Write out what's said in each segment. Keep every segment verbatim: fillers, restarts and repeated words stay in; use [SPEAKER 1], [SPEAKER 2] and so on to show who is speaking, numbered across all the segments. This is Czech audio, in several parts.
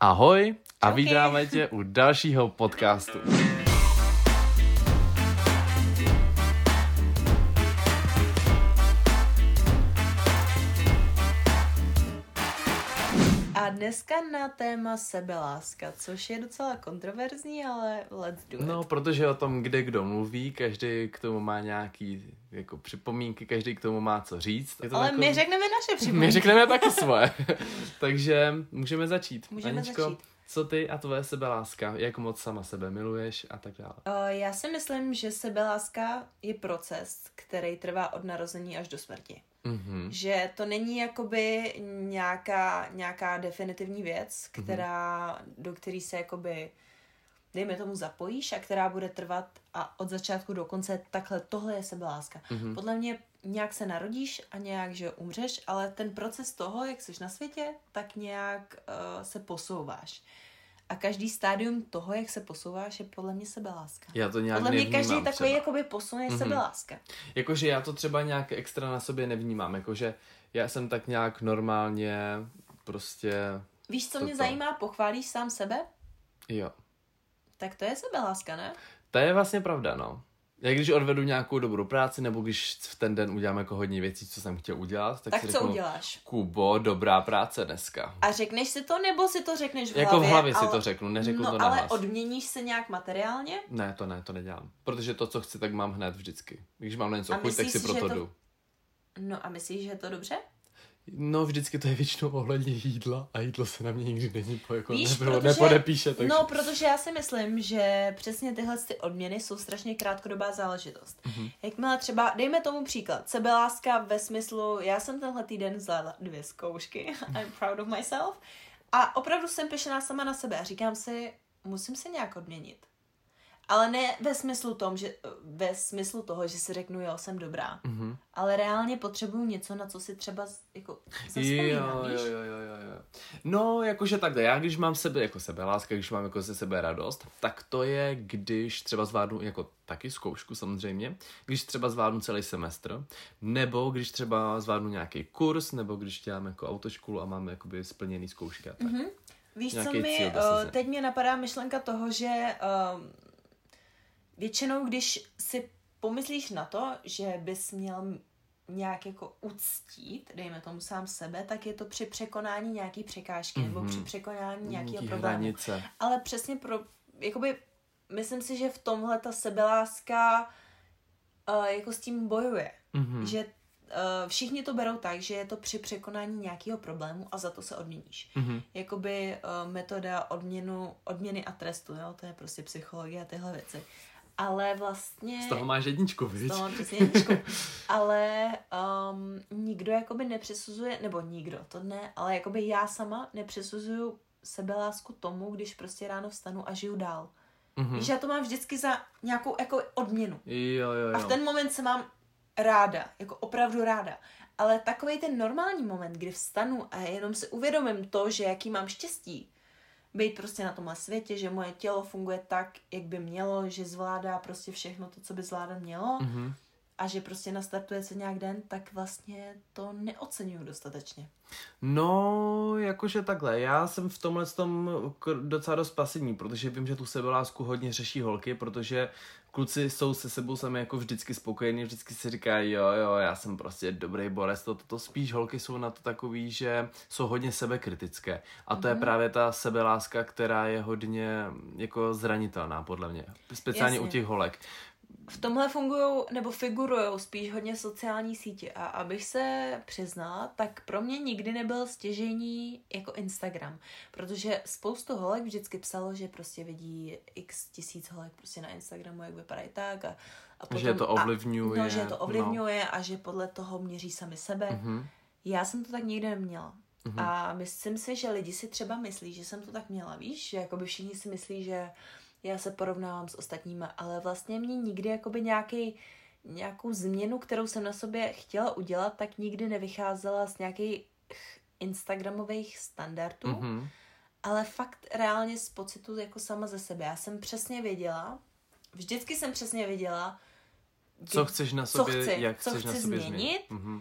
[SPEAKER 1] Ahoj a
[SPEAKER 2] Čauky.
[SPEAKER 1] vítáme tě u dalšího podcastu.
[SPEAKER 2] A dneska na téma sebeláska, což je docela kontroverzní, ale let's do it.
[SPEAKER 1] No, protože o tom, kde kdo mluví, každý k tomu má nějaký jako připomínky, každý k tomu má co říct. Je to
[SPEAKER 2] ale
[SPEAKER 1] jako...
[SPEAKER 2] my řekneme naše připomínky.
[SPEAKER 1] My řekneme taky svoje. Takže můžeme začít.
[SPEAKER 2] Můžeme
[SPEAKER 1] Aničko,
[SPEAKER 2] začít.
[SPEAKER 1] co ty a tvoje sebeláska? Jak moc sama sebe miluješ a tak dále?
[SPEAKER 2] Uh, já si myslím, že sebeláska je proces, který trvá od narození až do smrti.
[SPEAKER 1] Mm-hmm.
[SPEAKER 2] Že to není jakoby nějaká, nějaká definitivní věc, která, mm-hmm. do který se jakoby, dejme tomu, zapojíš a která bude trvat a od začátku do konce takhle, tohle je sebeláska. Mm-hmm. Podle mě nějak se narodíš a nějak, že umřeš, ale ten proces toho, jak jsi na světě, tak nějak uh, se posouváš. A každý stádium toho, jak se posouváš, je podle mě sebeláska.
[SPEAKER 1] Já to nějak
[SPEAKER 2] podle mě
[SPEAKER 1] nevnímám
[SPEAKER 2] každý takový
[SPEAKER 1] třeba.
[SPEAKER 2] jakoby posun je mm-hmm. sebeláska.
[SPEAKER 1] Jakože já to třeba nějak extra na sobě nevnímám. Jakože já jsem tak nějak normálně prostě...
[SPEAKER 2] Víš, co
[SPEAKER 1] toto.
[SPEAKER 2] mě zajímá? Pochválíš sám sebe?
[SPEAKER 1] Jo.
[SPEAKER 2] Tak to je sebeláska, ne?
[SPEAKER 1] To je vlastně pravda, no. Jak když odvedu nějakou dobrou práci, nebo když v ten den udělám jako hodně věcí, co jsem chtěl udělat, tak,
[SPEAKER 2] Tak
[SPEAKER 1] si
[SPEAKER 2] co
[SPEAKER 1] řeknu,
[SPEAKER 2] uděláš?
[SPEAKER 1] Kubo, dobrá práce dneska.
[SPEAKER 2] A řekneš si to, nebo si to řekneš v hlavě?
[SPEAKER 1] Jako v hlavě
[SPEAKER 2] ale...
[SPEAKER 1] si to řeknu, neřeknu
[SPEAKER 2] no,
[SPEAKER 1] to na
[SPEAKER 2] ale
[SPEAKER 1] hlas.
[SPEAKER 2] odměníš se nějak materiálně?
[SPEAKER 1] Ne, to ne, to nedělám. Protože to, co chci, tak mám hned vždycky. Když mám na něco
[SPEAKER 2] A
[SPEAKER 1] chuť, tak si
[SPEAKER 2] myslíš si, že
[SPEAKER 1] proto
[SPEAKER 2] to-
[SPEAKER 1] jdu.
[SPEAKER 2] No a myslíš, že je to dobře?
[SPEAKER 1] No, vždycky to je většinou ohledně jídla a jídlo se na mě nikdy není po, jako
[SPEAKER 2] Víš,
[SPEAKER 1] nebylo,
[SPEAKER 2] protože-
[SPEAKER 1] nepodepíše. Takže...
[SPEAKER 2] No, protože já si myslím, že přesně tyhle ty odměny jsou strašně krátkodobá záležitost.
[SPEAKER 1] Mhm.
[SPEAKER 2] Jakmile třeba, dejme tomu příklad, sebeláska ve smyslu, já jsem tenhle týden zvládla dvě zkoušky, I'm proud of myself, a opravdu jsem pyšná sama na sebe a říkám si, musím se nějak odměnit. Ale ne ve smyslu tom, že ve smyslu toho, že si řeknu, jo, jsem dobrá.
[SPEAKER 1] Mhm.
[SPEAKER 2] Ale reálně potřebuju něco, na co si třeba z- jako zaspomínám,
[SPEAKER 1] Jo,
[SPEAKER 2] víš?
[SPEAKER 1] jo, jo, jo, jo, jo. No, jakože takhle, já když mám sebe jako sebeláska, když mám jako ze sebe radost, tak to je, když třeba zvládnu jako taky zkoušku samozřejmě, když třeba zvládnu celý semestr, nebo když třeba zvládnu nějaký kurz, nebo když dělám jako autoškolu a máme jakoby splněný zkoušky a tak.
[SPEAKER 2] Mm-hmm. Víš, co
[SPEAKER 1] Nějaký
[SPEAKER 2] mi,
[SPEAKER 1] cíl
[SPEAKER 2] uh,
[SPEAKER 1] dosazený.
[SPEAKER 2] teď mě napadá myšlenka toho, že uh, většinou, když si pomyslíš na to, že bys měl nějak jako uctít, dejme tomu sám sebe, tak je to při překonání nějaký překážky, mm-hmm. nebo při překonání nějakého
[SPEAKER 1] Nějaký
[SPEAKER 2] problému.
[SPEAKER 1] hranice.
[SPEAKER 2] Ale přesně pro, jakoby, myslím si, že v tomhle ta sebeláska uh, jako s tím bojuje.
[SPEAKER 1] Mhm.
[SPEAKER 2] Že uh, všichni to berou tak, že je to při překonání nějakého problému a za to se odměníš.
[SPEAKER 1] Mhm.
[SPEAKER 2] Jakoby uh, metoda odměnu, odměny a trestu, jo, to je prostě psychologie a tyhle věci. Ale vlastně...
[SPEAKER 1] Z toho máš jedničku,
[SPEAKER 2] Z
[SPEAKER 1] víš?
[SPEAKER 2] toho přesně jedničku. Ale um, nikdo jakoby nepřisuzuje, nebo nikdo, to ne, ale jakoby já sama nepřisuzuju sebelásku tomu, když prostě ráno vstanu a žiju dál.
[SPEAKER 1] Mhm.
[SPEAKER 2] Víš, já to mám vždycky za nějakou jako odměnu.
[SPEAKER 1] Jo, jo, jo.
[SPEAKER 2] A v ten moment se mám ráda, jako opravdu ráda. Ale takovej ten normální moment, kdy vstanu a jenom si uvědomím to, že jaký mám štěstí, být prostě na tomhle světě, že moje tělo funguje tak, jak by mělo, že zvládá prostě všechno to, co by zvládat mělo
[SPEAKER 1] Mhm.
[SPEAKER 2] a že prostě nastartuje se nějak den, tak vlastně to neoceňuju dostatečně.
[SPEAKER 1] No, jakože takhle, já jsem v tomhle tom k- docela dost pasivní, protože vím, že tu sebelásku hodně řeší holky, protože kluci jsou se sebou sami jako vždycky spokojení, vždycky si říkají, jo, jo, já jsem prostě dobrý borec, to, to, to spíš holky jsou na to takový, že jsou hodně sebekritické. A to mm-hmm. je právě ta sebeláska, která je hodně jako zranitelná, podle mě. Speciálně
[SPEAKER 2] Jasně.
[SPEAKER 1] u těch holek.
[SPEAKER 2] V tomhle fungujou nebo figurujou spíš hodně sociální sítě a abych se přiznala, tak pro mě nikdy nebyl stěžejní jako Instagram, protože spoustu holek vždycky psalo, že prostě vidí x tisíc holek prostě na Instagramu, jak vypadají tak a, a potom,
[SPEAKER 1] Že je to ovlivňuje.
[SPEAKER 2] A, no, že je to ovlivňuje no. a že podle toho měří sami sebe.
[SPEAKER 1] Mm-hmm.
[SPEAKER 2] Já jsem to tak nikdy neměla.
[SPEAKER 1] Mhm.
[SPEAKER 2] A myslím si, že lidi si třeba myslí, že jsem to tak měla, víš, že jakoby všichni si myslí, že já se porovnávám s ostatníma, ale vlastně mě nikdy jakoby nějaký, nějakou změnu, kterou jsem na sobě chtěla udělat, tak nikdy nevycházela z nějakých instagramových standardů,
[SPEAKER 1] Mm-hmm.
[SPEAKER 2] ale fakt reálně z pocitu jako sama ze sebe. Já jsem přesně věděla, vždycky jsem přesně věděla,
[SPEAKER 1] Co chceš na sobě,
[SPEAKER 2] co chci,
[SPEAKER 1] jak
[SPEAKER 2] co
[SPEAKER 1] chceš
[SPEAKER 2] chci
[SPEAKER 1] na sobě
[SPEAKER 2] změnit,
[SPEAKER 1] změnit. Mm-hmm.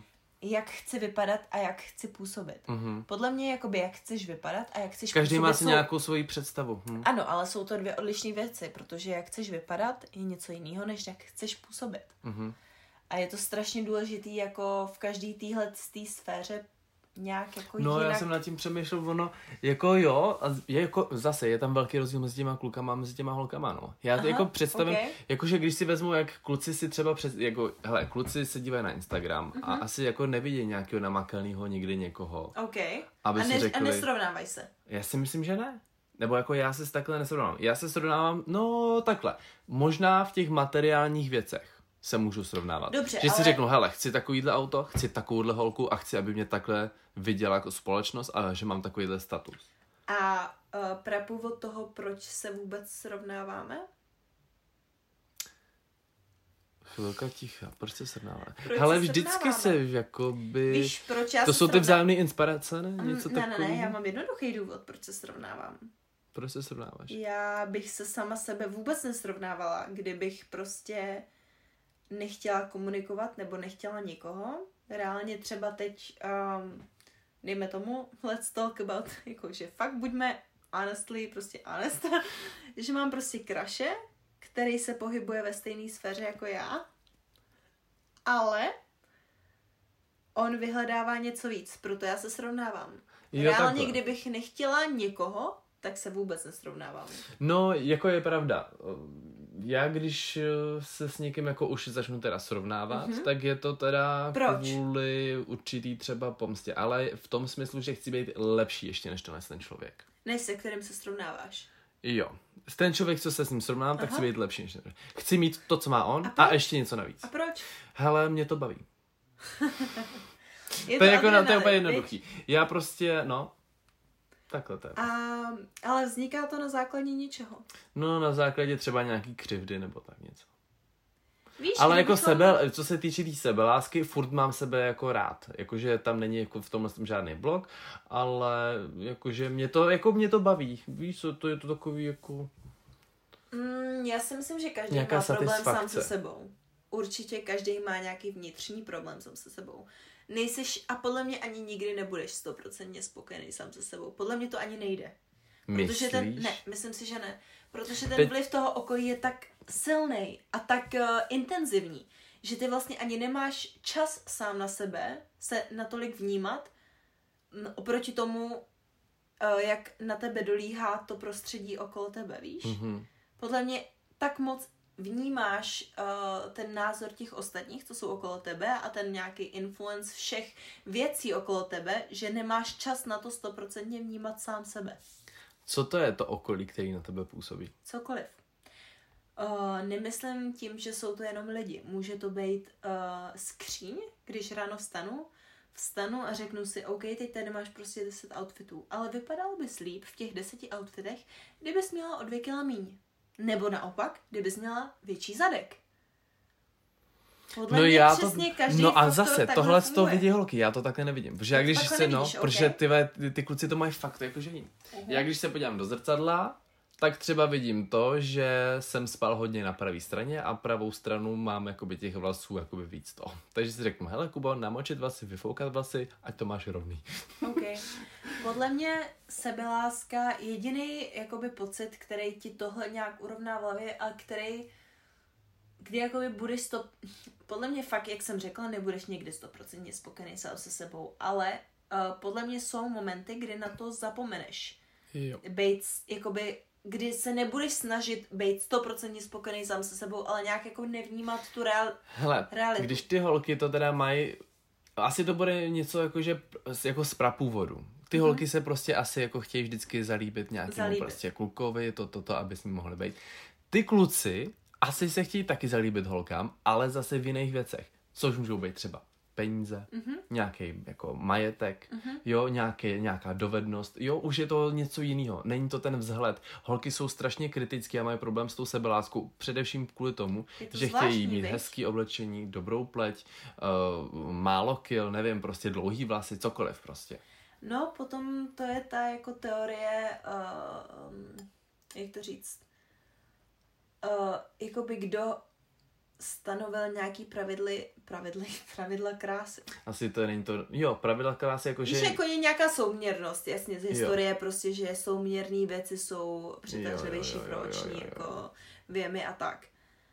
[SPEAKER 2] jak chci vypadat a jak chci působit.
[SPEAKER 1] Mm-hmm.
[SPEAKER 2] Podle mě jakoby jak chceš vypadat a jak chceš
[SPEAKER 1] Každý
[SPEAKER 2] působit.
[SPEAKER 1] má si
[SPEAKER 2] jsou...
[SPEAKER 1] nějakou svoji představu. Hm.
[SPEAKER 2] Ano, ale jsou to dvě odlišné věci, protože jak chceš vypadat je něco jiného, než jak chceš působit.
[SPEAKER 1] Mm-hmm.
[SPEAKER 2] A je to strašně důležitý jako v každý téhle sféře nějak jako
[SPEAKER 1] No,
[SPEAKER 2] jinak.
[SPEAKER 1] já jsem nad tím přemýšlel, ono, jako jo, a je jako, zase je tam velký rozdíl mezi těma klukama a mezi těma holkama, no. Já to
[SPEAKER 2] Aha,
[SPEAKER 1] jako představím,
[SPEAKER 2] okay.
[SPEAKER 1] jakože když si vezmu, jak kluci si třeba před, jako, hele, kluci se dívají na Instagram uh-huh. a asi jako nevidí nějakého namakalného někdy někoho.
[SPEAKER 2] OK.
[SPEAKER 1] Aby
[SPEAKER 2] a,
[SPEAKER 1] si
[SPEAKER 2] ne,
[SPEAKER 1] řekli,
[SPEAKER 2] a nesrovnávaj se.
[SPEAKER 1] Já si myslím, že ne. Nebo jako já se takhle nesrovnávám. Já se srovnávám, no takhle, možná v těch materiálních věcech se můžu srovnávat.
[SPEAKER 2] Dobře,
[SPEAKER 1] že si
[SPEAKER 2] ale...
[SPEAKER 1] řeknu, hele, chci takovýhle auto, chci takovouhle holku a chci, aby mě takhle viděla jako společnost a že mám takovýhle status.
[SPEAKER 2] A uh, prapůvod toho, proč se vůbec srovnáváme?
[SPEAKER 1] Chvilka ticha, proč se srovnáváme?
[SPEAKER 2] Proč
[SPEAKER 1] hele,
[SPEAKER 2] se
[SPEAKER 1] vždycky
[SPEAKER 2] srovnáváme?
[SPEAKER 1] se jakoby...
[SPEAKER 2] Víš, proč já
[SPEAKER 1] to
[SPEAKER 2] se
[SPEAKER 1] jsou ty
[SPEAKER 2] srovnám...
[SPEAKER 1] vzájemné inspirace, ne? Něco
[SPEAKER 2] mm, ne,
[SPEAKER 1] takového?
[SPEAKER 2] ne, ne, já mám jednoduchý důvod, proč se srovnávám.
[SPEAKER 1] Proč se srovnáváš?
[SPEAKER 2] Já bych se sama sebe vůbec nesrovnávala, kdybych prostě nechtěla komunikovat nebo nechtěla nikoho. Reálně třeba teď, um, dejme tomu, let's talk about, jakože fakt buďme honestly, prostě honest, že mám prostě crushe, který se pohybuje ve stejné sféře jako já, ale on vyhledává něco víc, proto já se srovnávám.
[SPEAKER 1] Jo,
[SPEAKER 2] Reálně,
[SPEAKER 1] takhle.
[SPEAKER 2] kdybych nechtěla někoho, tak se vůbec nesrovnávám.
[SPEAKER 1] No, jako je pravda. Já když se s někým jako už začnu teda srovnávat, mm-hmm. tak je to teda
[SPEAKER 2] Proč?
[SPEAKER 1] kvůli určitý třeba pomstě. Ale v tom smyslu, že chci být lepší ještě než tenhle ten člověk.
[SPEAKER 2] Než se kterým se srovnáváš.
[SPEAKER 1] Jo. Ten člověk, co se s ním srovnám, tak
[SPEAKER 2] Aha.
[SPEAKER 1] chci být lepší než ten. Chci mít to, co má on
[SPEAKER 2] a,
[SPEAKER 1] a ještě něco navíc.
[SPEAKER 2] A proč?
[SPEAKER 1] Hele, mě to baví.
[SPEAKER 2] Je
[SPEAKER 1] to, je jako, to je úplně
[SPEAKER 2] adrenalin,
[SPEAKER 1] jednoduchý. Já prostě, no, takhle to je.
[SPEAKER 2] A, ale vzniká to na základě ničeho.
[SPEAKER 1] No, na základě třeba nějaký křivdy nebo tak něco.
[SPEAKER 2] Víš,
[SPEAKER 1] Ale jako
[SPEAKER 2] kdybychom-
[SPEAKER 1] sebe, co se týče té tý sebelásky, furt mám sebe jako rád. Jakože tam není jako v tomhle tom žádný blok, ale jakože mě to, jako mě to baví. Víš co, to je to takový jako...
[SPEAKER 2] Mm, já si myslím, že každý
[SPEAKER 1] Nějaká
[SPEAKER 2] má problém sám
[SPEAKER 1] satisfakce.
[SPEAKER 2] se sebou. Určitě každý má nějaký vnitřní problém sám se sebou. Nejseš, a podle mě ani nikdy nebudeš stoprocentně spokojený sám se sebou. Podle mě to ani nejde. Protože
[SPEAKER 1] Myslíš?
[SPEAKER 2] ten, ne, myslím si, že ne. Protože ten
[SPEAKER 1] Teď-
[SPEAKER 2] vliv toho okolí je tak silný a tak uh, intenzivní, že ty vlastně ani nemáš čas sám na sebe se natolik vnímat m, oproti tomu, uh, jak na tebe dolíhá to prostředí okolo tebe, víš?
[SPEAKER 1] Mm-hmm.
[SPEAKER 2] Podle mě tak moc vnímáš uh, ten názor těch ostatních, co jsou okolo tebe a ten nějaký influence všech věcí okolo tebe, že nemáš čas na to stoprocentně vnímat sám sebe.
[SPEAKER 1] Co to je to okolí, který na tebe působí?
[SPEAKER 2] Cokoliv. Uh, nemyslím tím, že jsou to jenom lidi. Může to být uh, skříň, když ráno vstanu, vstanu a řeknu si, OK, teď tady máš prostě deset outfitů, ale vypadal bys líp v těch deseti outfitech, kdybys měla o dvě kila míň. Nebo naopak, kdybys měla větší zadek. Podle
[SPEAKER 1] No
[SPEAKER 2] mě
[SPEAKER 1] já
[SPEAKER 2] přesně
[SPEAKER 1] to,
[SPEAKER 2] každý
[SPEAKER 1] no a
[SPEAKER 2] faktor
[SPEAKER 1] zase,
[SPEAKER 2] takhle
[SPEAKER 1] tohle z toho
[SPEAKER 2] funguje.
[SPEAKER 1] vidí holky, já to takhle nevidím. Protože já
[SPEAKER 2] Tak
[SPEAKER 1] když
[SPEAKER 2] takhle
[SPEAKER 1] se, no,
[SPEAKER 2] nevidíš,
[SPEAKER 1] protože
[SPEAKER 2] ok.
[SPEAKER 1] ty, ve- ty, ty kluci to mají fakt jakože jiný.
[SPEAKER 2] Uh-huh.
[SPEAKER 1] Já když se podívám do zrcadla, tak třeba vidím to, že jsem spal hodně na pravé straně a pravou stranu mám jakoby těch vlasů jakoby víc to. Takže si řeknu, hele Kubo, namočit vlasy, vyfoukat vlasy, ať to máš rovný.
[SPEAKER 2] Okay. Podle mě sebeláska jediný jakoby pocit, který ti tohle nějak urovná v hlavě a který, kdy jakoby budeš stop... Podle mě fakt, jak jsem řekla, nebudeš někdy stoprocentně spokojený sám se sebou, ale uh, podle mě jsou momenty, kdy na to zapomeneš.
[SPEAKER 1] Jo.
[SPEAKER 2] Bejt, jakoby, kdy se nebudeš snažit být stoprocentně spokojený sám se sebou, ale nějak jako nevnímat tu real...
[SPEAKER 1] Hele,
[SPEAKER 2] realitu.
[SPEAKER 1] když ty holky to teda mají, asi to bude něco jakože, jako z prapůvodu. Ty mm-hmm. holky se prostě asi jako chtějí vždycky zalíbit nějakému
[SPEAKER 2] Zalíbit.
[SPEAKER 1] prostě klukovi, to, to, to, aby s ním mohli být. Ty kluci asi se chtějí taky zalíbit holkám, ale zase v jiných věcech, což můžou být třeba peníze,
[SPEAKER 2] Mhm.
[SPEAKER 1] nějaký jako majetek,
[SPEAKER 2] Mhm.
[SPEAKER 1] jo, nějaký, nějaká dovednost, jo, už je to něco jiného, není to ten vzhled. Holky jsou strašně kritické a mají problém s tou sebeláskou, především kvůli tomu,
[SPEAKER 2] Je to
[SPEAKER 1] že
[SPEAKER 2] zvláštní,
[SPEAKER 1] chtějí mít
[SPEAKER 2] viď?
[SPEAKER 1] hezký oblečení, dobrou pleť, uh, málo kil, nevím, prostě dlouhý vlasy, cokoliv prostě.
[SPEAKER 2] No, potom to je ta jako teorie, uh, um, jak to říct, uh, jakoby kdo stanovil nějaký pravidly, pravidly, pravidla krásy.
[SPEAKER 1] Asi to není to, jo, pravidla krásy jako, že...
[SPEAKER 2] Víš, jako je nějaká souměrnost, jasně, z historie jo. prostě, že souměrné věci jsou přitažlivější pro oční, jako věmy a tak.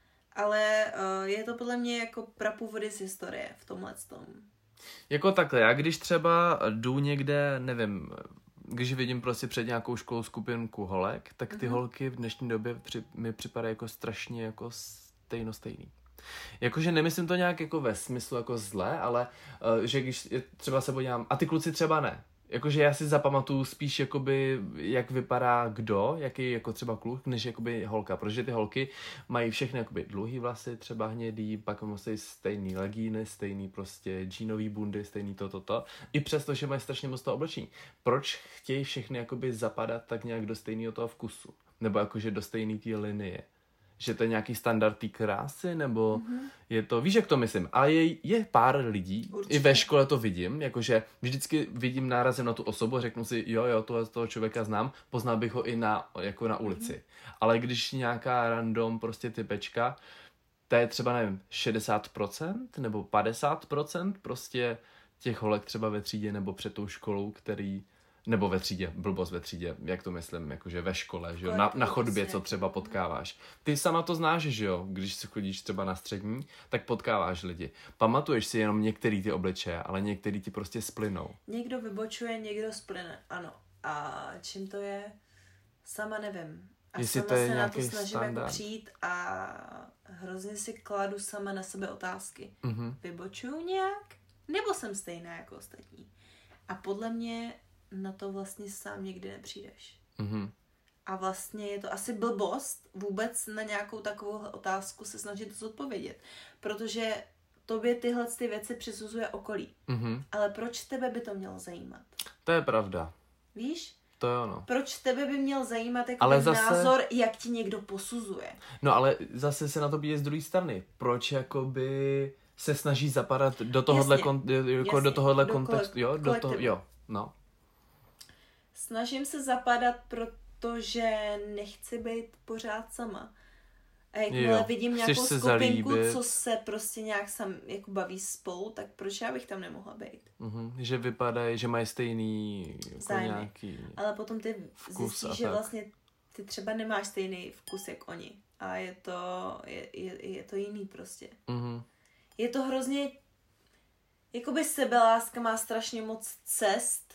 [SPEAKER 2] Ale uh, je to podle mě jako prapůvody z historie v tomhle tom.
[SPEAKER 1] Jako takhle, já když třeba jdu někde, nevím, když vidím prostě před nějakou školou skupinku holek, tak ty mm-hmm. holky v dnešní době při, mi připadají jako strašně jako stejno stejný. Jakože nemyslím to nějak jako ve smyslu jako zle, ale uh, že když třeba se podívám, a ty kluci třeba ne. Jakože já si zapamatuju spíš jakoby, jak vypadá kdo, jaký jako třeba kluk, než jakoby holka, protože ty holky mají všechny jakoby dlouhý vlasy, třeba hnědý, pak musí stejný legíny, stejný prostě džínový bundy, stejný to, to, to. I přesto, že mají strašně moc toho oblečení. Proč chtějí všechny jakoby zapadat tak nějak do stejného toho vkusu? Nebo jakože do stejné té linie? Že to je nějaký standard té krásy, nebo mm-hmm. je to, víš, jak to myslím, ale je, je pár lidí, určitě. I ve škole to vidím, jakože vždycky vidím nárazem na tu osobu a řeknu si, jo, jo, tohle toho člověka znám, poznal bych ho i na, jako na ulici. Mm-hmm. Ale když nějaká random prostě typečka, to je třeba, nevím, šedesát procent nebo padesát procent prostě těch holek třeba ve třídě nebo před tou školou, který nebo ve třídě, blbost ve třídě, jak to myslím, jakože ve škole, že jo, na, na chodbě, co třeba potkáváš. Ty sama to znáš, že jo, když si chodíš třeba na střední, tak potkáváš lidi. Pamatuješ si jenom některý ty obličeje, ale některý ti prostě splynou.
[SPEAKER 2] Někdo vybočuje, někdo splyne, ano. A čím to je? Sama nevím. A
[SPEAKER 1] jestli
[SPEAKER 2] sama
[SPEAKER 1] to je
[SPEAKER 2] se na to snažím
[SPEAKER 1] standard.
[SPEAKER 2] Jako přijít a hrozně si kladu sama na sebe otázky.
[SPEAKER 1] Mm-hmm.
[SPEAKER 2] Vybočuju nějak? Nebo jsem stejná jako ostatní? A podle mě na to vlastně sám někdy nepřijdeš.
[SPEAKER 1] Mm-hmm.
[SPEAKER 2] A vlastně je to asi blbost vůbec na nějakou takovou otázku se snažit zodpovědět. Protože tobě tyhle ty věci přisuzuje okolí.
[SPEAKER 1] Mm-hmm.
[SPEAKER 2] Ale proč tebe by to mělo zajímat?
[SPEAKER 1] To je pravda.
[SPEAKER 2] Víš?
[SPEAKER 1] To je ono.
[SPEAKER 2] Proč tebe by měl zajímat jako
[SPEAKER 1] zase...
[SPEAKER 2] názor, jak ti někdo posuzuje?
[SPEAKER 1] No ale zase se na to bíje z druhé strany. Proč jakoby se snaží zapadat do tohohle, kon, jako do tohohle do kontextu? Jo, do toho, jo, no.
[SPEAKER 2] Snažím se zapadat, protože nechci být pořád sama. A jakmile vidím nějakou skupinku, zalíbit. Co se prostě nějak sam jako baví spolu, tak proč já bych tam nemohla být?
[SPEAKER 1] Mm-hmm. Že vypadají, že mají stejný jako nějaký
[SPEAKER 2] ale potom ty zjistíš, že vlastně ty třeba nemáš stejný vkus jak oni. A je to, je, je, je to jiný prostě.
[SPEAKER 1] Mm-hmm.
[SPEAKER 2] Je to hrozně, jakoby sebeláska má strašně moc cest,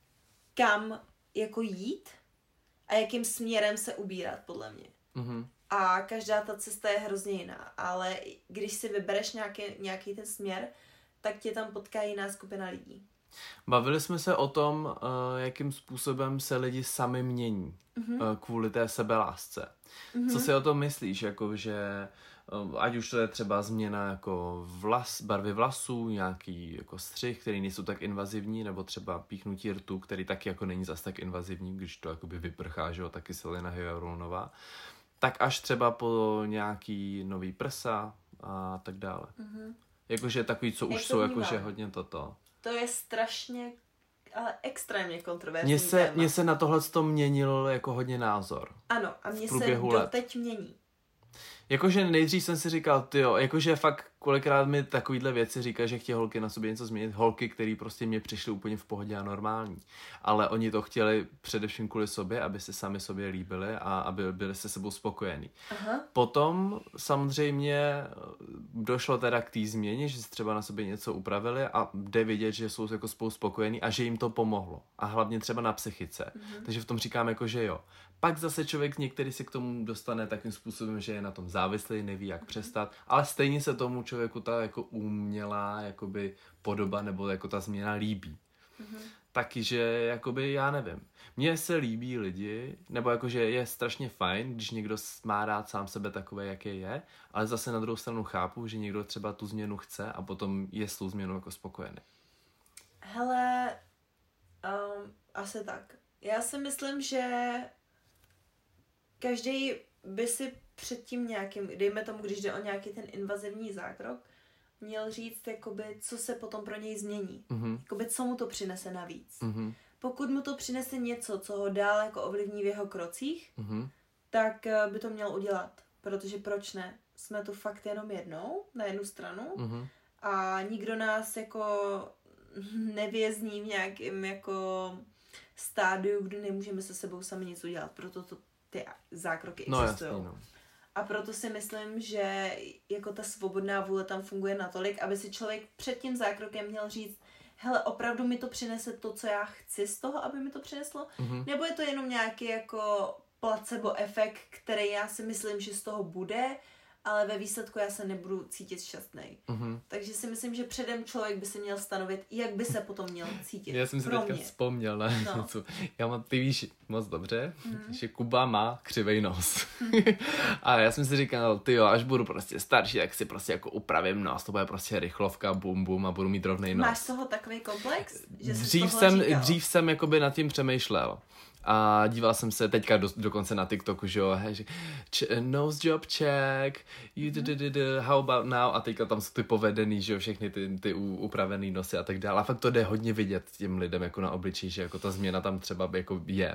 [SPEAKER 2] kam jako jít a jakým směrem se ubírat, podle mě.
[SPEAKER 1] Mm-hmm.
[SPEAKER 2] A každá ta cesta je hrozně jiná, ale když si vybereš nějaký, nějaký ten směr, tak tě tam potká jiná skupina lidí.
[SPEAKER 1] Bavili jsme se o tom, uh, jakým způsobem se lidi sami mění mm-hmm. uh, kvůli té sebelásce. Mm-hmm. Co si o tom myslíš, jako že uh, ať už to je třeba změna jako vlas, barvy vlasů, nějaký jako střih, který nejsou tak invazivní, nebo třeba píchnutí rtu, který taky jako není zas tak invazivní, když to jakoby vyprchá, že jo, ta kyselina hyaluronová. Tak až třeba po nějaký nový prsa a tak dále. Mm-hmm. Jakože takový, co už Jak jsou jakože hodně toto.
[SPEAKER 2] To je strašně, ale extrémně kontroverzní
[SPEAKER 1] Mně se, mně se na tohle to měnil jako hodně názor.
[SPEAKER 2] Ano, a mně se doteď mění.
[SPEAKER 1] Jakože nejdřív jsem si říkal, tyjo, jakože fakt kolikrát mi takovýhle věci říkají, že chtějí holky na sobě něco změnit. Holky, které prostě mě přišly úplně v pohodě a normální. Ale oni to chtěli především kvůli sobě, aby se sami sobě líbili a aby byli se sebou spokojení. Aha. Potom samozřejmě došlo teda k té změně, že si třeba na sobě něco upravili a jde vidět, že jsou jako spolu spokojení a že jim to pomohlo. A hlavně třeba na psychice. Mhm. Takže v tom říkám jako, že jo. Pak zase člověk některý si k tomu dostane takým způsobem, že je na tom závislý, neví jak přestat, ale stejně se tomu člověku ta jako umělá jakoby podoba nebo jako ta změna líbí. Mm-hmm. Taky, že jakoby já nevím. Mně se líbí lidi, nebo jakože je strašně fajn, když někdo má rád sám sebe takové, jaký je, ale zase na druhou stranu chápu, že někdo třeba tu změnu chce a potom je s tou změnou jako spokojený.
[SPEAKER 2] Hele, um, asi tak. Já si myslím, že každý by si před tím nějakým, dejme tomu, když jde o nějaký ten invazivní zákrok, měl říct, jakoby, co se potom pro něj změní. Mm-hmm. Jakoby, co mu to přinese navíc. Mm-hmm. Pokud mu to přinese něco, co ho dál jako ovlivní v jeho krocích, mm-hmm. tak by to měl udělat. Protože proč ne? jsme tu fakt jenom jednou, na jednu stranu
[SPEAKER 1] Mm-hmm.
[SPEAKER 2] a nikdo nás jako nevězní v nějakém jako stádiu, kdy nemůžeme se sebou sami nic udělat, proto to ty zákroky
[SPEAKER 1] No
[SPEAKER 2] existují.
[SPEAKER 1] jasný, no.
[SPEAKER 2] A proto si myslím, že jako ta svobodná vůle tam funguje natolik, aby si člověk před tím zákrokem měl říct, hele, opravdu mi to přinese to, co já chci z toho, aby mi to přineslo?
[SPEAKER 1] Mm-hmm.
[SPEAKER 2] Nebo je to jenom nějaký jako placebo efekt, který já si myslím, že z toho bude, ale ve výsledku já se nebudu cítit šťastný.
[SPEAKER 1] Mm-hmm.
[SPEAKER 2] Takže si myslím, že předem člověk by si měl stanovit, jak by se potom měl cítit.
[SPEAKER 1] Já jsem si
[SPEAKER 2] Pro
[SPEAKER 1] teďka
[SPEAKER 2] mě.
[SPEAKER 1] vzpomněl na
[SPEAKER 2] No.
[SPEAKER 1] něco. Já mám, ty víš moc dobře,
[SPEAKER 2] Hmm.
[SPEAKER 1] že Kuba má křivej nos. A já jsem si říkal, ty jo, až budu prostě starší, tak si prostě jako upravím nos, to bude prostě rychlovka, bum bum a budu mít rovnej nos.
[SPEAKER 2] Máš z toho takový komplex? Že jsi
[SPEAKER 1] Dřív
[SPEAKER 2] toho
[SPEAKER 1] jsem,
[SPEAKER 2] říkal?
[SPEAKER 1] dřív jsem jakoby nad tím přemýšlel. A díval jsem se teďka do, dokonce na TikToku, že jo, hej, že ch- nose job check, you d- d- d- d- how about now, a teďka tam jsou ty povedený, že jo, všechny ty, ty u- upravený nosy a tak dále. A fakt to jde hodně vidět těm lidem jako na obličeji, že jako ta změna tam třeba jako je.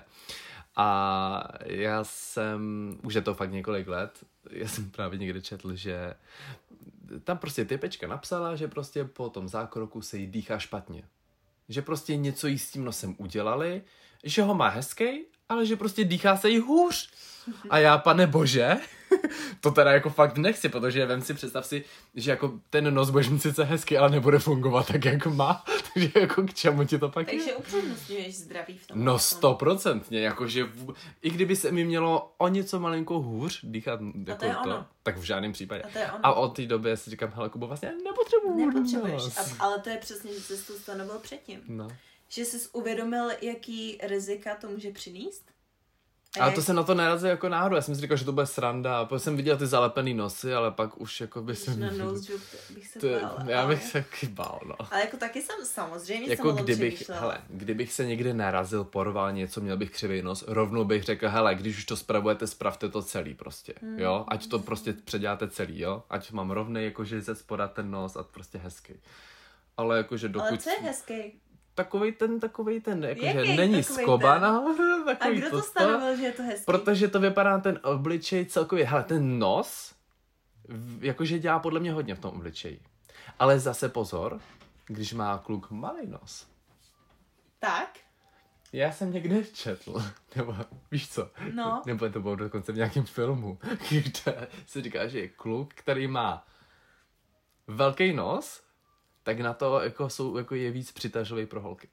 [SPEAKER 1] A já jsem, už je to fakt několik let, já jsem právě někde četl, že tam prostě typečka napsala, že prostě po tom zákroku se jí dýchá špatně. Že prostě něco jí s tím nosem udělali, že ho má hezký, ale že prostě dýchá se jí hůř. A já, pane bože, to teda jako fakt nechci, protože vem si, představ si, že jako ten nos budeš mít sice hezký, ale nebude fungovat tak, jak má. Takže jako k čemu ti to pak
[SPEAKER 2] Takže
[SPEAKER 1] je?
[SPEAKER 2] upřednostňuješ zdraví v tom.
[SPEAKER 1] No stoprocentně, jakože v, i kdyby se mi mělo o něco malinko hůř dýchat, jako
[SPEAKER 2] to je
[SPEAKER 1] to,
[SPEAKER 2] ono.
[SPEAKER 1] tak v žádném případě.
[SPEAKER 2] A to je ono.
[SPEAKER 1] A od té doby si říkám, hele Kubo, vlastně nepotřebuji
[SPEAKER 2] Nepotřebuješ.
[SPEAKER 1] nos.
[SPEAKER 2] A, ale to je přesně, že jsi to stanovil předtím.
[SPEAKER 1] No.
[SPEAKER 2] Že jsi uvědomil, jaký rizika to může přinést. A
[SPEAKER 1] Ale
[SPEAKER 2] jak...
[SPEAKER 1] to se na to nerazí jako náhodou. Já jsem si říkal, že to bude sranda. A pak jsem viděl ty zalepený nosy, ale pak už jako by se...
[SPEAKER 2] Na nose job bych se
[SPEAKER 1] to,
[SPEAKER 2] bála.
[SPEAKER 1] já bych
[SPEAKER 2] ale...
[SPEAKER 1] se taky bál, no.
[SPEAKER 2] Ale jako taky jsem samozřejmě
[SPEAKER 1] Jako
[SPEAKER 2] jsem o tom
[SPEAKER 1] kdybych,
[SPEAKER 2] přemýšlela.
[SPEAKER 1] hele, kdybych se někde narazil, porval něco, měl bych křivý nos, rovnou bych řekl, hele, když už to spravujete, spravte to celý prostě,
[SPEAKER 2] Hmm.
[SPEAKER 1] jo? Ať to prostě předěláte celý, jo? Ať mám rovnej, jakože ze spoda ten nos a prostě hezký. Ale jakože dokud...
[SPEAKER 2] Ale co je hezký?
[SPEAKER 1] Takovej ten, takovej ten, jakože
[SPEAKER 2] Jaký
[SPEAKER 1] není
[SPEAKER 2] takovej
[SPEAKER 1] skoba
[SPEAKER 2] ten?
[SPEAKER 1] nahoře,
[SPEAKER 2] A
[SPEAKER 1] takový
[SPEAKER 2] kdo to
[SPEAKER 1] to
[SPEAKER 2] stanovil, že je to hezký?
[SPEAKER 1] Protože to vypadá ten obličej celkově, hele, ten nos, v- jakože dělá podle mě hodně v tom obličeji. Ale zase pozor, když má kluk malý nos.
[SPEAKER 2] Tak?
[SPEAKER 1] Já jsem někde četl, nebo víš co,
[SPEAKER 2] No.
[SPEAKER 1] nebo to bylo dokonce v nějakém filmu, kde se říká, že je kluk, který má velký nos, tak na to jako jsou, jako je víc přitažlivý pro holky.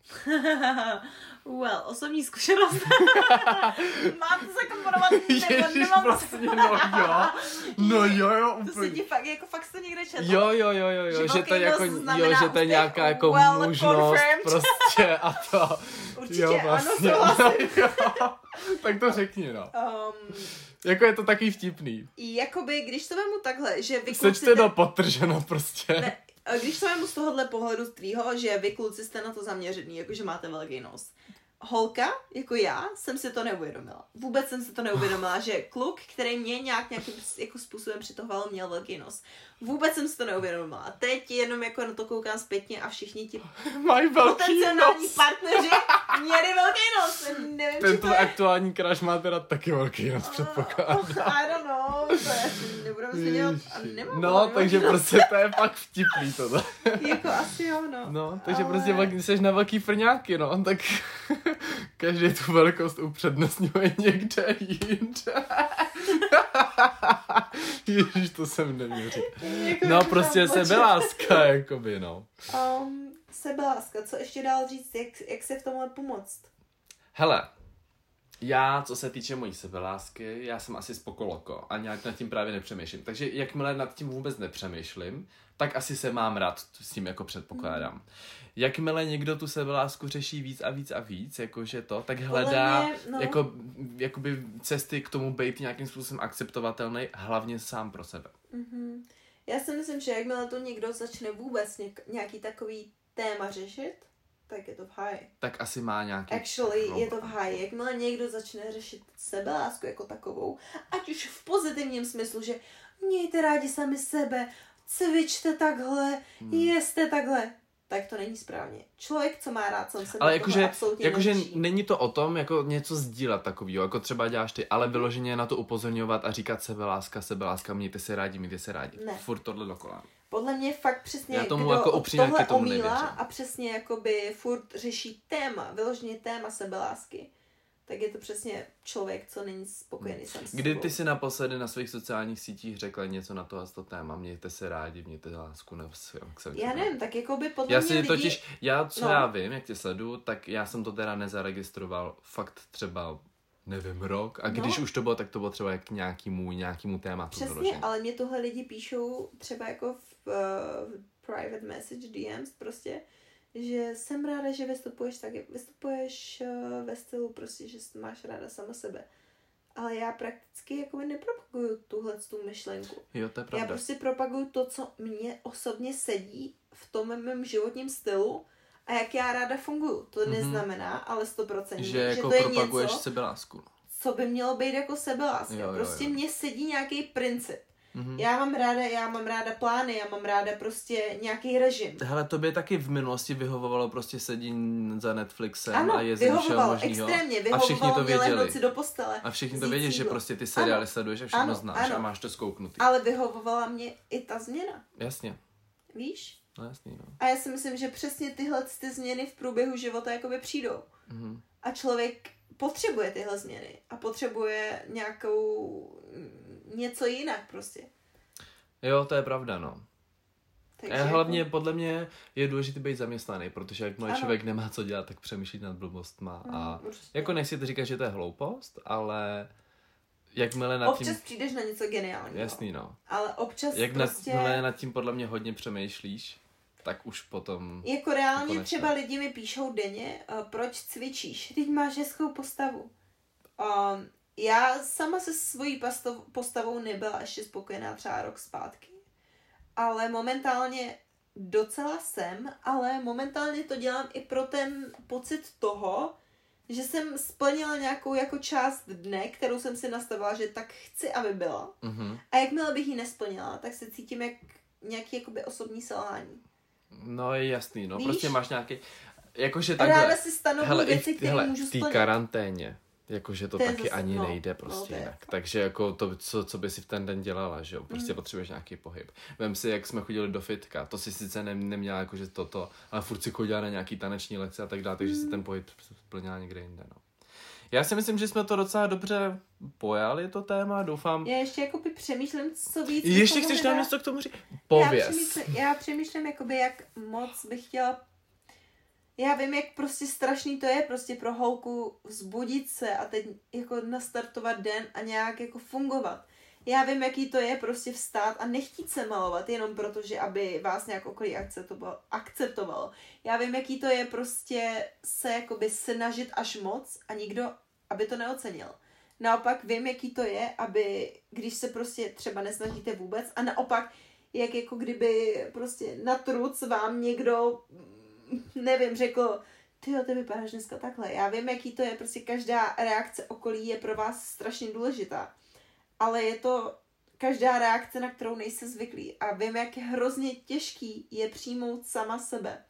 [SPEAKER 2] Well, osobní zkušenost. Mám to zakomponovat, nebo
[SPEAKER 1] Ježiš,
[SPEAKER 2] nemám to
[SPEAKER 1] vlastně, no jo, no jo, jo,
[SPEAKER 2] To se
[SPEAKER 1] úplně.
[SPEAKER 2] ti fakt, jako fakt jsi to někde četl.
[SPEAKER 1] Jo, jo, jo, jo, jo,
[SPEAKER 2] Že
[SPEAKER 1] že to
[SPEAKER 2] velký
[SPEAKER 1] je jako,
[SPEAKER 2] nos
[SPEAKER 1] jo,
[SPEAKER 2] znamená
[SPEAKER 1] že to je
[SPEAKER 2] úspěch,
[SPEAKER 1] nějaká jako
[SPEAKER 2] well
[SPEAKER 1] možnost
[SPEAKER 2] confirmed.
[SPEAKER 1] prostě a to.
[SPEAKER 2] Určitě,
[SPEAKER 1] jo,
[SPEAKER 2] ano,
[SPEAKER 1] vlastně.
[SPEAKER 2] souhlasím.
[SPEAKER 1] Jo, tak to řekni, no.
[SPEAKER 2] Um,
[SPEAKER 1] Jako je to taky vtipný.
[SPEAKER 2] jakoby, když to vemu takhle, že vy kluci...
[SPEAKER 1] Sečte do podtrženo prostě.
[SPEAKER 2] Ne, když to vemu z tohohle pohledu z tvýho, že vy kluci jste na to zaměřený, jakože máte velký nos. Holka, jako já, jsem si to neuvědomila. Vůbec jsem si to neuvědomila, že kluk, který mě nějak nějakým jako způsobem přitahoval, měl velký nos. Vůbec jsem si to neuvědomila. A teď jenom jako na to koukám zpětně a všichni ti
[SPEAKER 1] Mají velký
[SPEAKER 2] potenciální
[SPEAKER 1] nos.
[SPEAKER 2] partneři měli velký nos. Nevím,
[SPEAKER 1] Ten
[SPEAKER 2] či to
[SPEAKER 1] tvůj
[SPEAKER 2] je...
[SPEAKER 1] aktuální crush má teda taky velký nos, předpokládám.
[SPEAKER 2] I don't know, to je, nebudeme si dělat, a nemám
[SPEAKER 1] No,
[SPEAKER 2] nemám
[SPEAKER 1] takže
[SPEAKER 2] nos.
[SPEAKER 1] prostě to je fakt vtipný tohle.
[SPEAKER 2] Jako asi jo, no.
[SPEAKER 1] No, takže
[SPEAKER 2] Ale-
[SPEAKER 1] prostě velký, jsi na velký frňáky, no, tak každý tu velikost upřednostňuje někde jinde. Ježiš, to jsem neměl říct.
[SPEAKER 2] Jako
[SPEAKER 1] No,
[SPEAKER 2] bych
[SPEAKER 1] prostě
[SPEAKER 2] tam
[SPEAKER 1] sebeláska, jakoby, no.
[SPEAKER 2] Um, sebeláska, co ještě dál říct, jak, jak se v tomhle pomoct?
[SPEAKER 1] Hele, já, co se týče mojí sebelásky, já jsem asi spokoloko a nějak nad tím právě nepřemýšlím. Takže jakmile nad tím vůbec nepřemýšlím, tak asi se mám rád s tím jako předpokládám. Mm. Jakmile někdo tu sebelásku řeší víc a víc a víc, jakože to, tak hledá
[SPEAKER 2] mě, no.
[SPEAKER 1] jako, jakoby cesty k tomu být nějakým způsobem akceptovatelný, hlavně sám pro sebe.
[SPEAKER 2] Mm-hmm. Já si myslím, že jakmile to někdo začne vůbec něk- nějaký takový téma řešit, tak je to v háji.
[SPEAKER 1] Tak asi má nějaký...
[SPEAKER 2] Actually,
[SPEAKER 1] no.
[SPEAKER 2] je to v háji. Jakmile někdo začne řešit sebelásku jako takovou, ať už v pozitivním smyslu, že mějte rádi sami sebe, cvičte takhle,
[SPEAKER 1] Hmm.
[SPEAKER 2] jeste takhle. tak to není správně. Člověk, co má rád sám sebe,
[SPEAKER 1] ale jakože,
[SPEAKER 2] absolutně
[SPEAKER 1] jakože
[SPEAKER 2] nenčí.
[SPEAKER 1] není to o tom, jako něco sdílet takovýho, jako třeba děláš ty, ale vyloženě na to upozorňovat a říkat sebeláska, sebeláska, mějte se rádi, mějte se rádi.
[SPEAKER 2] Ne.
[SPEAKER 1] Furt tohle dokola.
[SPEAKER 2] Podle mě fakt přesně,
[SPEAKER 1] Já tomu
[SPEAKER 2] kdo
[SPEAKER 1] jako upřímně
[SPEAKER 2] tohle
[SPEAKER 1] tomu
[SPEAKER 2] omílá
[SPEAKER 1] nevěřím.
[SPEAKER 2] a přesně jakoby furt řeší téma, vyloženě téma sebelásky, tak je to přesně člověk, co není spokojený sám s
[SPEAKER 1] Kdy
[SPEAKER 2] sebou.
[SPEAKER 1] ty si naposledy na svých sociálních sítích řekla něco na to a to téma, mějte se rádi, mějte lásku, nebo se, jak se
[SPEAKER 2] Já nevím, tak jakoby podle
[SPEAKER 1] Já
[SPEAKER 2] mě
[SPEAKER 1] si
[SPEAKER 2] lidi...
[SPEAKER 1] totiž, já co
[SPEAKER 2] No.
[SPEAKER 1] já vím, jak tě sleduju, tak já jsem to teda nezaregistroval fakt třeba, nevím, rok a když
[SPEAKER 2] No.
[SPEAKER 1] už to bylo, tak to bylo třeba k nějakému, nějakému tématu.
[SPEAKER 2] Přesně,
[SPEAKER 1] vyloženě.
[SPEAKER 2] ale mě tohle lidi píšou třeba jako v, uh, v private message D Ms prostě, že jsem ráda, že vystupuješ tak, vystupuješ uh, ve stylu prostě, že máš ráda sama sebe. Ale já prakticky jako nepropaguju tuhle tu myšlenku.
[SPEAKER 1] Jo, to je
[SPEAKER 2] Já
[SPEAKER 1] pravda.
[SPEAKER 2] prostě propaguju to, co mě osobně sedí v tom mém životním stylu a jak já ráda funguju. To
[SPEAKER 1] Mhm.
[SPEAKER 2] neznamená, ale stoprocentně,
[SPEAKER 1] Že
[SPEAKER 2] že
[SPEAKER 1] jako
[SPEAKER 2] to je
[SPEAKER 1] propaguješ
[SPEAKER 2] něco,
[SPEAKER 1] sebelásku.
[SPEAKER 2] co by mělo být jako sebeláska.
[SPEAKER 1] Jo, jo,
[SPEAKER 2] prostě
[SPEAKER 1] jo.
[SPEAKER 2] mně sedí nějaký princip.
[SPEAKER 1] Mhm.
[SPEAKER 2] Já mám ráda, já mám ráda plány, já mám ráda prostě nějaký režim.
[SPEAKER 1] Hele, tobě taky v minulosti vyhovovalo prostě sedění za Netflixem
[SPEAKER 2] Ano,
[SPEAKER 1] a jezdení všeho
[SPEAKER 2] vyhovovalo,
[SPEAKER 1] možného.
[SPEAKER 2] extrémně,
[SPEAKER 1] A všichni
[SPEAKER 2] vyhovovalo
[SPEAKER 1] to
[SPEAKER 2] mě lehnout
[SPEAKER 1] věděli.
[SPEAKER 2] si do postele.
[SPEAKER 1] A všichni to
[SPEAKER 2] vzít
[SPEAKER 1] vědí, že
[SPEAKER 2] jídlo.
[SPEAKER 1] prostě ty seriály
[SPEAKER 2] Ano,
[SPEAKER 1] sleduješ a všechno
[SPEAKER 2] ano,
[SPEAKER 1] znáš
[SPEAKER 2] ano.
[SPEAKER 1] a máš to zkouknutý.
[SPEAKER 2] Ale vyhovovala mě i ta změna,
[SPEAKER 1] Jasně,
[SPEAKER 2] víš?
[SPEAKER 1] no jasný, no.
[SPEAKER 2] A já si myslím, že přesně tyhle ty změny v průběhu života jakoby přijdou.
[SPEAKER 1] Mhm.
[SPEAKER 2] A člověk potřebuje tyhle změny a potřebuje nějakou něco jinak prostě.
[SPEAKER 1] Jo, to je pravda, no.
[SPEAKER 2] Takže
[SPEAKER 1] A hlavně podle mě je důležité být zaměstnaný, protože jakmile
[SPEAKER 2] Ano.
[SPEAKER 1] člověk nemá co dělat, tak přemýšlí nad blbostma. A
[SPEAKER 2] Mm, určitě.
[SPEAKER 1] jako nechci to říkat, že to je hloupost, ale jakmile nad
[SPEAKER 2] občas
[SPEAKER 1] tím...
[SPEAKER 2] přijdeš na něco geniálního.
[SPEAKER 1] Jasný, no.
[SPEAKER 2] Ale občas
[SPEAKER 1] Jak
[SPEAKER 2] prostě...
[SPEAKER 1] nad, nad tím podle mě hodně přemýšlíš, tak už potom...
[SPEAKER 2] Jako reálně
[SPEAKER 1] Jako nešlo.
[SPEAKER 2] třeba lidi mi píšou denně, uh, proč cvičíš, teď máš hezkou postavu. Um, já sama se svojí pastav- postavou nebyla ještě spokojená třeba rok zpátky. Ale momentálně docela jsem, ale momentálně to dělám i pro ten pocit toho, že jsem splnila nějakou jako část dne, kterou jsem si nastavila, že tak chci, aby byla.
[SPEAKER 1] Mhm.
[SPEAKER 2] A jakmile bych ji nesplnila, tak se cítím jak nějaký jakoby osobní selhání.
[SPEAKER 1] No je jasný, no.
[SPEAKER 2] Víš?
[SPEAKER 1] Prostě máš nějaký... Jakože
[SPEAKER 2] Ráda
[SPEAKER 1] takhle...
[SPEAKER 2] si stanovuji
[SPEAKER 1] Hele, i
[SPEAKER 2] věci,
[SPEAKER 1] v,
[SPEAKER 2] které
[SPEAKER 1] hele,
[SPEAKER 2] můžu
[SPEAKER 1] v té
[SPEAKER 2] splnit.
[SPEAKER 1] karanténě, jakože to,
[SPEAKER 2] To je
[SPEAKER 1] taky
[SPEAKER 2] zase-
[SPEAKER 1] ani
[SPEAKER 2] no,
[SPEAKER 1] nejde
[SPEAKER 2] no,
[SPEAKER 1] prostě
[SPEAKER 2] to je
[SPEAKER 1] jinak.
[SPEAKER 2] fakt.
[SPEAKER 1] Takže jako to, co, co by si v ten den dělala, že jo, prostě
[SPEAKER 2] Mm.
[SPEAKER 1] potřebuješ nějaký pohyb. Vem si, jak jsme chodili do fitka, to si sice ne, neměla jakože toto, ale furt si chodila na nějaký taneční lekce a tak dále, takže
[SPEAKER 2] Mm.
[SPEAKER 1] si ten pohyb splnila někde jinde, no. Já si myslím, že jsme to docela dobře pojali, to téma, doufám.
[SPEAKER 2] Já ještě jakoby přemýšlím, co víc.
[SPEAKER 1] Ještě
[SPEAKER 2] bychom
[SPEAKER 1] chceš
[SPEAKER 2] mohli
[SPEAKER 1] nám
[SPEAKER 2] dát.
[SPEAKER 1] něco k tomu říct?
[SPEAKER 2] Já
[SPEAKER 1] Pověz.
[SPEAKER 2] přemýšlím, já přemýšlím jakoby, jak moc bych chtěla... Já vím, jak prostě strašný to je prostě pro holku vzbudit se a teď jako nastartovat den a nějak jako fungovat. Já vím, jaký to je prostě vstát a nechtít se malovat jenom proto, že aby vás nějak okolí akceptovalo. akceptovalo. Já vím, jaký to je prostě se jakoby snažit až moc a nikdo, aby to neocenil. Naopak vím, jaký to je, aby, když se prostě třeba nesnažíte vůbec a naopak, jak jako kdyby prostě na truc vám někdo, nevím, řekl, tyjo, ty vypadáš dneska takhle. Já vím, jaký to je, prostě každá reakce okolí je pro vás strašně důležitá. Ale je to každá reakce, na kterou nejste zvyklí. A vím, jak hrozně těžký je přijmout sama sebe.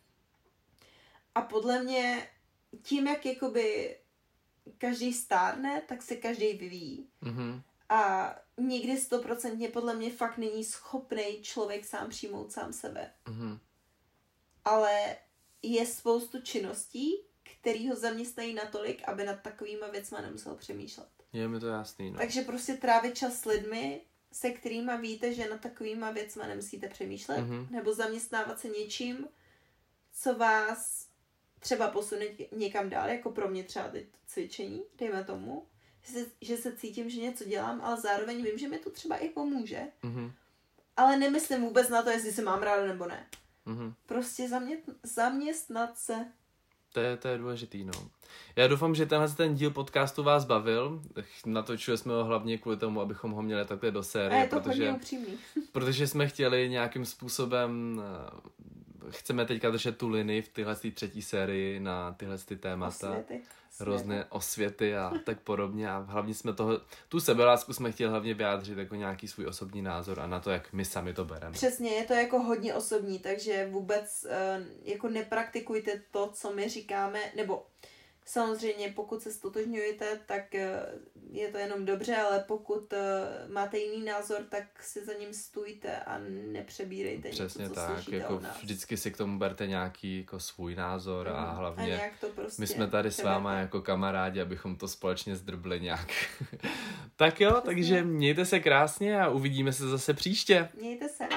[SPEAKER 2] A podle mě tím, jak jakoby každý stárne, tak se každý vyvíjí.
[SPEAKER 1] Mhm.
[SPEAKER 2] A nikdy stoprocentně podle mě fakt není schopný člověk sám přijmout sám sebe.
[SPEAKER 1] Mhm.
[SPEAKER 2] Ale je spoustu činností, který ho zaměstnají natolik, aby nad takovýma věcma nemusel přemýšlet.
[SPEAKER 1] Je mi to jasný, no.
[SPEAKER 2] Takže prostě trávit čas s lidmi, se kterýma víte, že nad takovýma věcma nemusíte přemýšlet,
[SPEAKER 1] Mhm.
[SPEAKER 2] nebo zaměstnávat se něčím, co vás třeba posune někam dál, jako pro mě třeba teď to cvičení, dejme tomu, že se, že se cítím, že něco dělám, ale zároveň vím, že mi to třeba i pomůže,
[SPEAKER 1] Mhm.
[SPEAKER 2] ale nemyslím vůbec na to, jestli se mám ráda nebo ne.
[SPEAKER 1] Mhm.
[SPEAKER 2] Prostě zamět, zaměstnat se.
[SPEAKER 1] To je, to je důležitý, no. Já doufám, že tenhle ten díl podcastu vás bavil. Natočili jsme ho hlavně kvůli tomu, abychom ho měli takhle do
[SPEAKER 2] A
[SPEAKER 1] série,
[SPEAKER 2] je to hodně
[SPEAKER 1] protože,
[SPEAKER 2] upřímný.
[SPEAKER 1] protože jsme chtěli nějakým způsobem, eh, chceme teďka držet tu linii v tyhle té třetí sérii na tyhle ty témata.
[SPEAKER 2] Osvěty.
[SPEAKER 1] různé osvěty a tak podobně a hlavně jsme toho, tu sebelásku jsme chtěli hlavně vyjádřit jako nějaký svůj osobní názor a na to, jak my sami to bereme.
[SPEAKER 2] Přesně, je to jako hodně osobní, takže vůbec uh, jako nepraktikujte to, co my říkáme, nebo samozřejmě pokud se stotožňujete, tak uh, je to jenom dobře, ale pokud uh, máte jiný názor, tak si za ním stůjte a nepřebírejte
[SPEAKER 1] Přesně
[SPEAKER 2] něco, co
[SPEAKER 1] tak,
[SPEAKER 2] slyšíte
[SPEAKER 1] jako
[SPEAKER 2] od nás.
[SPEAKER 1] vždycky si k tomu berte nějaký jako svůj názor mm, a hlavně
[SPEAKER 2] a nějak to prostě
[SPEAKER 1] my jsme tady
[SPEAKER 2] přeberte.
[SPEAKER 1] s váma jako kamarádi, abychom to společně zdrbli nějak. Tak jo,
[SPEAKER 2] Přesně.
[SPEAKER 1] takže mějte se krásně a uvidíme se zase příště.
[SPEAKER 2] Mějte se.